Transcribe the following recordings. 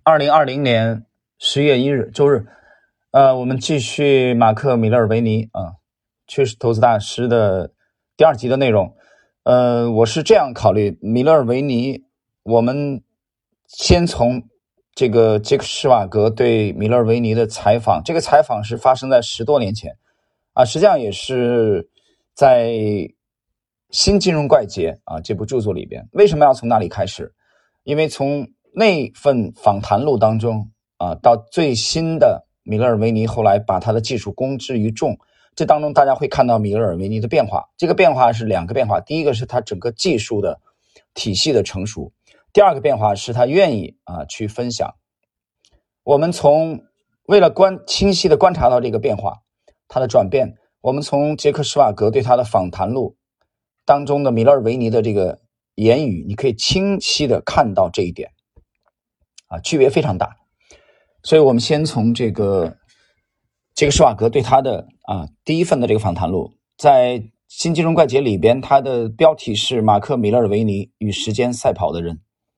2020年10月1日周日，我们继续马克·米勒尔维尼趋势投资大师的第2集的内容。我是这样考虑米勒尔维尼，我们先从这个杰克·施瓦格对米勒尔维尼的采访，这个采访是发生在10多年前实际上也是在《新金融怪杰》这部著作里边。为什么要从那里开始？因为从那份访谈录当中到最新的米勒尔维尼后来把他的技术公之于众，这当中大家会看到米勒尔维尼的变化。这个变化是2个变化，第一个是他整个技术的体系的成熟，第2个变化是他愿意去分享。我们为了清晰的观察到这个变化，他的转变，我们从杰克·施瓦格对他的访谈录当中的米勒尔维尼的这个言语，你可以清晰的看到这一点区别非常大。所以我们先从这个杰克·施瓦格对他的第一份的这个访谈录，在新金融怪杰里边，他的标题是马克·米勒尔维尼与时间赛跑的人。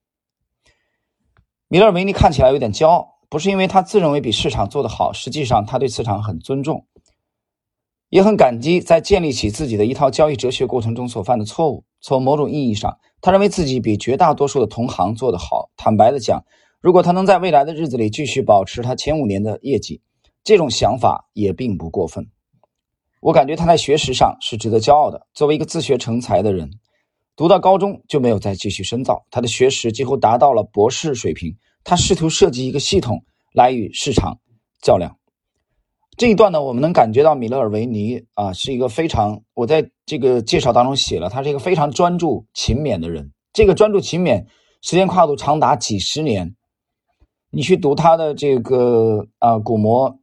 米勒尔维尼看起来有点骄傲，不是因为他自认为比市场做得好，实际上他对市场很尊重，也很感激在建立起自己的一套交易哲学过程中所犯的错误。从某种意义上，他认为自己比绝大多数的同行做得好。坦白的讲，如果他能在未来的日子里继续保持他前5年的业绩，这种想法也并不过分。我感觉他在学识上是值得骄傲的。作为一个自学成才的人，读到高中就没有再继续深造，他的学识几乎达到了博士水平。他试图设计一个系统来与市场较量。这一段呢，我们能感觉到米勒尔维尼是一个非常，我在这个介绍当中写了，他是一个非常专注勤勉的人。这个专注勤勉时间跨度长达几十年。你去读他的这个古魔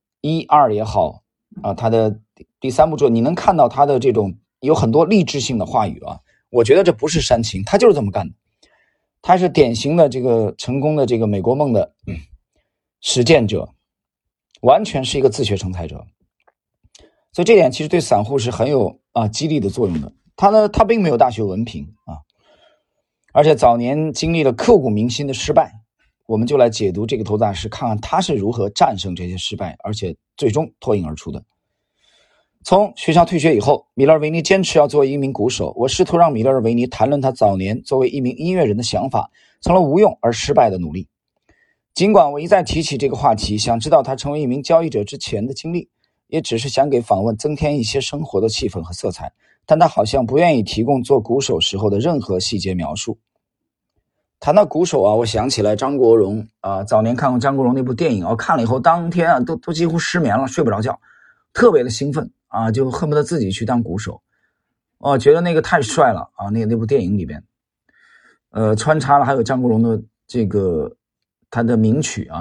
1、2也好他的第3部作，你能看到他的这种有很多励志性的话语我觉得这不是煽情，他就是这么干的。他是典型的这个成功的这个美国梦的实践者，完全是一个自学成才者。所以这点其实对散户是很有激励的作用的。他并没有大学文凭而且早年经历了刻骨铭心的失败。我们就来解读这个投资大师，看看他是如何战胜这些失败，而且最终脱颖而出的。从学校退学以后，米勒尔维尼坚持要做一名鼓手。我试图让米勒尔维尼谈论他早年作为一名音乐人的想法，成了无用而失败的努力。尽管我一再提起这个话题，想知道他成为一名交易者之前的经历，也只是想给访问增添一些生活的气氛和色彩，但他好像不愿意提供做鼓手时候的任何细节描述。谈到鼓手我想起来张国荣早年看过张国荣那部电影看了以后当天都几乎失眠了，睡不着觉，特别的兴奋就恨不得自己去当鼓手觉得那个太帅了那部电影里边穿插了还有张国荣的这个他的名曲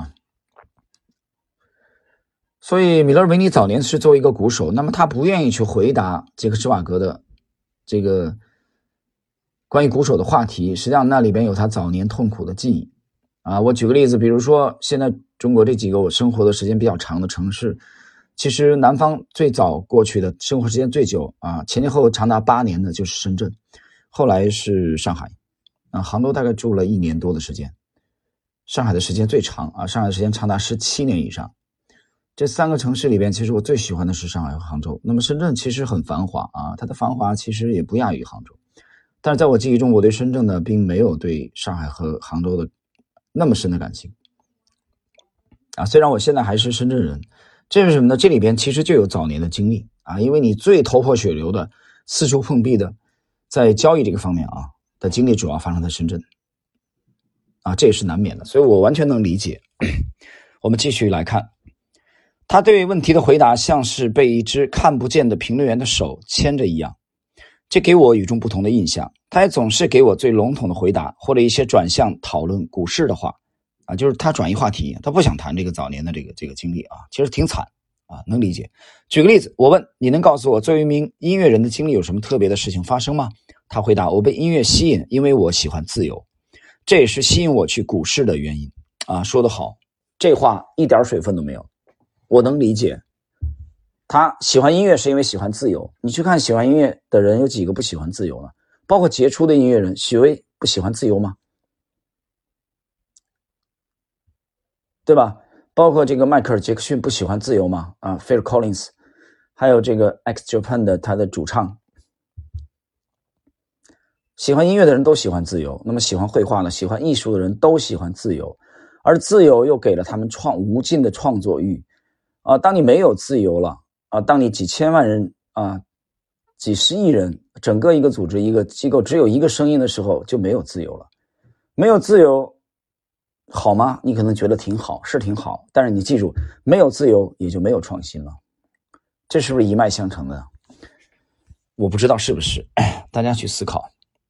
所以米勒尔维尼早年是作为一个鼓手，那么他不愿意去回答杰克·施瓦格的这个关于鼓手的话题，实际上那里边有他早年痛苦的记忆我举个例子，比如说现在中国这几个我生活的时间比较长的城市，其实南方最早过去的生活时间最久前前后后长达8年的就是深圳，后来是上海杭州大概住了1年多的时间，上海的时间最长上海的时间长达17年以上。这3个城市里边，其实我最喜欢的是上海和杭州。那么深圳其实很繁华它的繁华其实也不亚于杭州，但是在我记忆中，我对深圳呢并没有对上海和杭州的那么深的感情虽然我现在还是深圳人。这是什么呢？这里边其实就有早年的经历因为你最头破血流的四处碰壁的在交易这个方面的经历主要发生在深圳这也是难免的，所以我完全能理解。我们继续来看，他对问题的回答像是被一只看不见的评论员的手牵着一样，这给我与众不同的印象。他也总是给我最笼统的回答，或者一些转向讨论股市的话就是他转移话题，他不想谈这个早年的这个经历其实挺惨能理解。举个例子，我问你能告诉我作为一名音乐人的经历有什么特别的事情发生吗？他回答，我被音乐吸引，因为我喜欢自由，这也是吸引我去股市的原因说得好，这话一点水分都没有，我能理解。他喜欢音乐是因为喜欢自由，你去看喜欢音乐的人有几个不喜欢自由呢？包括杰出的音乐人，许巍不喜欢自由吗？ 对吧？包括这个迈克尔·杰克逊不喜欢自由嘛，Phil Collins， 还有这个 X Japan 的他的主唱，喜欢音乐的人都喜欢自由，那么喜欢绘画呢，喜欢艺术的人都喜欢自由，而自由又给了他们无尽的创作欲当你没有自由了当你几千万人几十亿人，整个一个组织一个机构只有一个声音的时候，就没有自由了。没有自由好吗？你可能觉得挺好，是挺好，但是你记住，没有自由也就没有创新了。这是不是一脉相承的？我不知道是不是，大家去思考。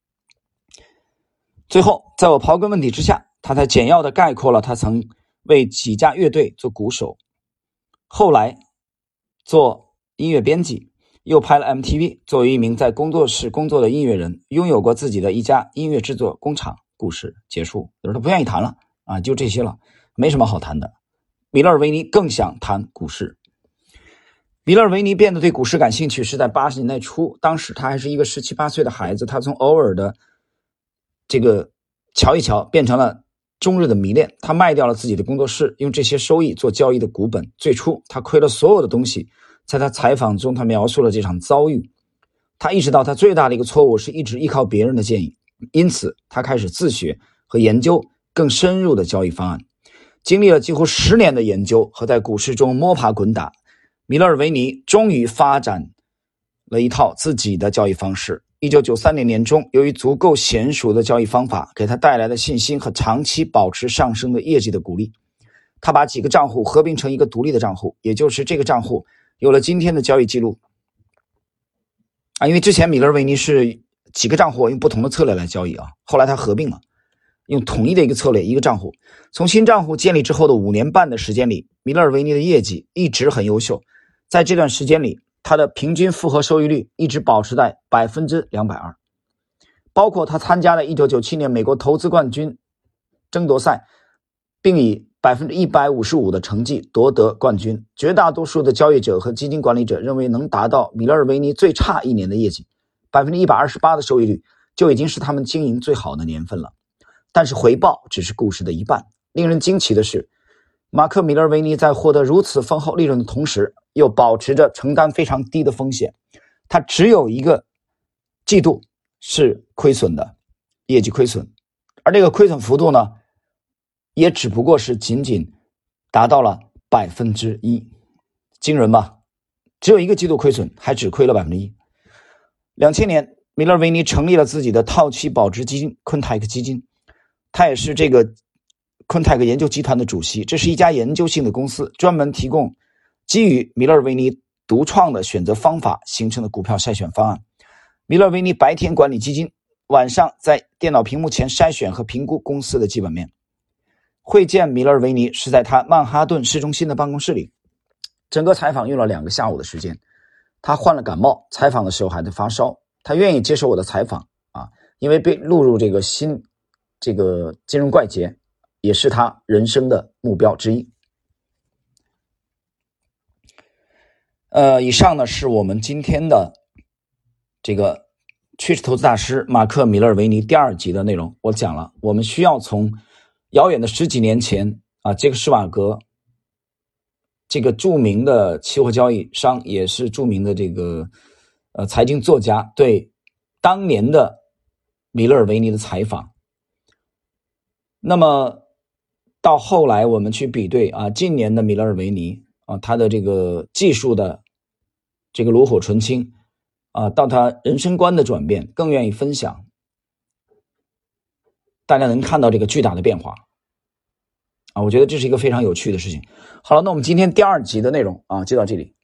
最后，在我刨根问底之下，他才简要的概括了他曾为几家乐队做鼓手，后来做音乐编辑，又拍了 MTV， 作为一名在工作室工作的音乐人，拥有过自己的一家音乐制作工厂。故事结束，就是他不愿意谈了就这些了，没什么好谈的。米勒尔维尼更想谈股市。米勒尔维尼变得对股市感兴趣是在80年代初，当时他还是一个17、18岁的孩子，他从偶尔的这个瞧一瞧变成了终日的迷恋。他卖掉了自己的工作室，用这些收益做交易的股本。最初他亏了所有的东西，在他采访中他描述了这场遭遇。他意识到他最大的一个错误是一直依靠别人的建议，因此他开始自学和研究更深入的交易方案。经历了几乎10年的研究和在股市中摸爬滚打，米勒尔维尼终于发展了一套自己的交易方式。1993年年中，由于足够娴熟的交易方法给他带来的信心和长期保持上升的业绩的鼓励，他把几个账户合并成一个独立的账户，也就是这个账户有了今天的交易记录因为之前米勒尔维尼是几个账户用不同的策略来交易后来他合并了，用统一的一个策略一个账户。从新账户建立之后的5年半的时间里，米勒尔维尼的业绩一直很优秀。在这段时间里，他的平均复合收益率一直保持在 220%， 包括他参加了1997年美国投资冠军争夺赛，并以 155% 的成绩夺得冠军。绝大多数的交易者和基金管理者认为能达到米勒尔维尼最差一年的业绩 128% 的收益率就已经是他们经营最好的年份了。但是回报只是故事的一半。令人惊奇的是，马克·米勒尔维尼在获得如此丰厚利润的同时，又保持着承担非常低的风险。他只有一个季度是亏损的，业绩亏损，而这个亏损幅度呢，也只不过是仅仅达到了 1%， 惊人吧？只有一个季度亏损，还只亏了 1%。2000年，米勒尔维尼成立了自己的套期保值基金昆泰克基金，他也是这个昆泰克研究集团的主席。这是一家研究性的公司，专门提供基于米勒尔维尼独创的选择方法形成的股票筛选方案。米勒尔维尼白天管理基金，晚上在电脑屏幕前筛选和评估公司的基本面。会见米勒尔维尼是在他曼哈顿市中心的办公室里，整个采访用了2个下午的时间。他患了感冒，采访的时候还在发烧。他愿意接受我的采访因为被录入这个金融怪杰，也是他人生的目标之一。以上呢是我们今天的这个趋势投资大师马克·米勒尔维尼第2集的内容。我讲了，我们需要从遥远的10几年前杰克·施瓦格这个著名的期货交易商，也是著名的这个财经作家，对当年的米勒尔维尼的采访。那么到后来我们去比对近年的米勒尔维尼他的这个技术的这个炉火纯青到他人生观的转变，更愿意分享，大家能看到这个巨大的变化我觉得这是一个非常有趣的事情。好了，那我们今天第2集的内容就到这里。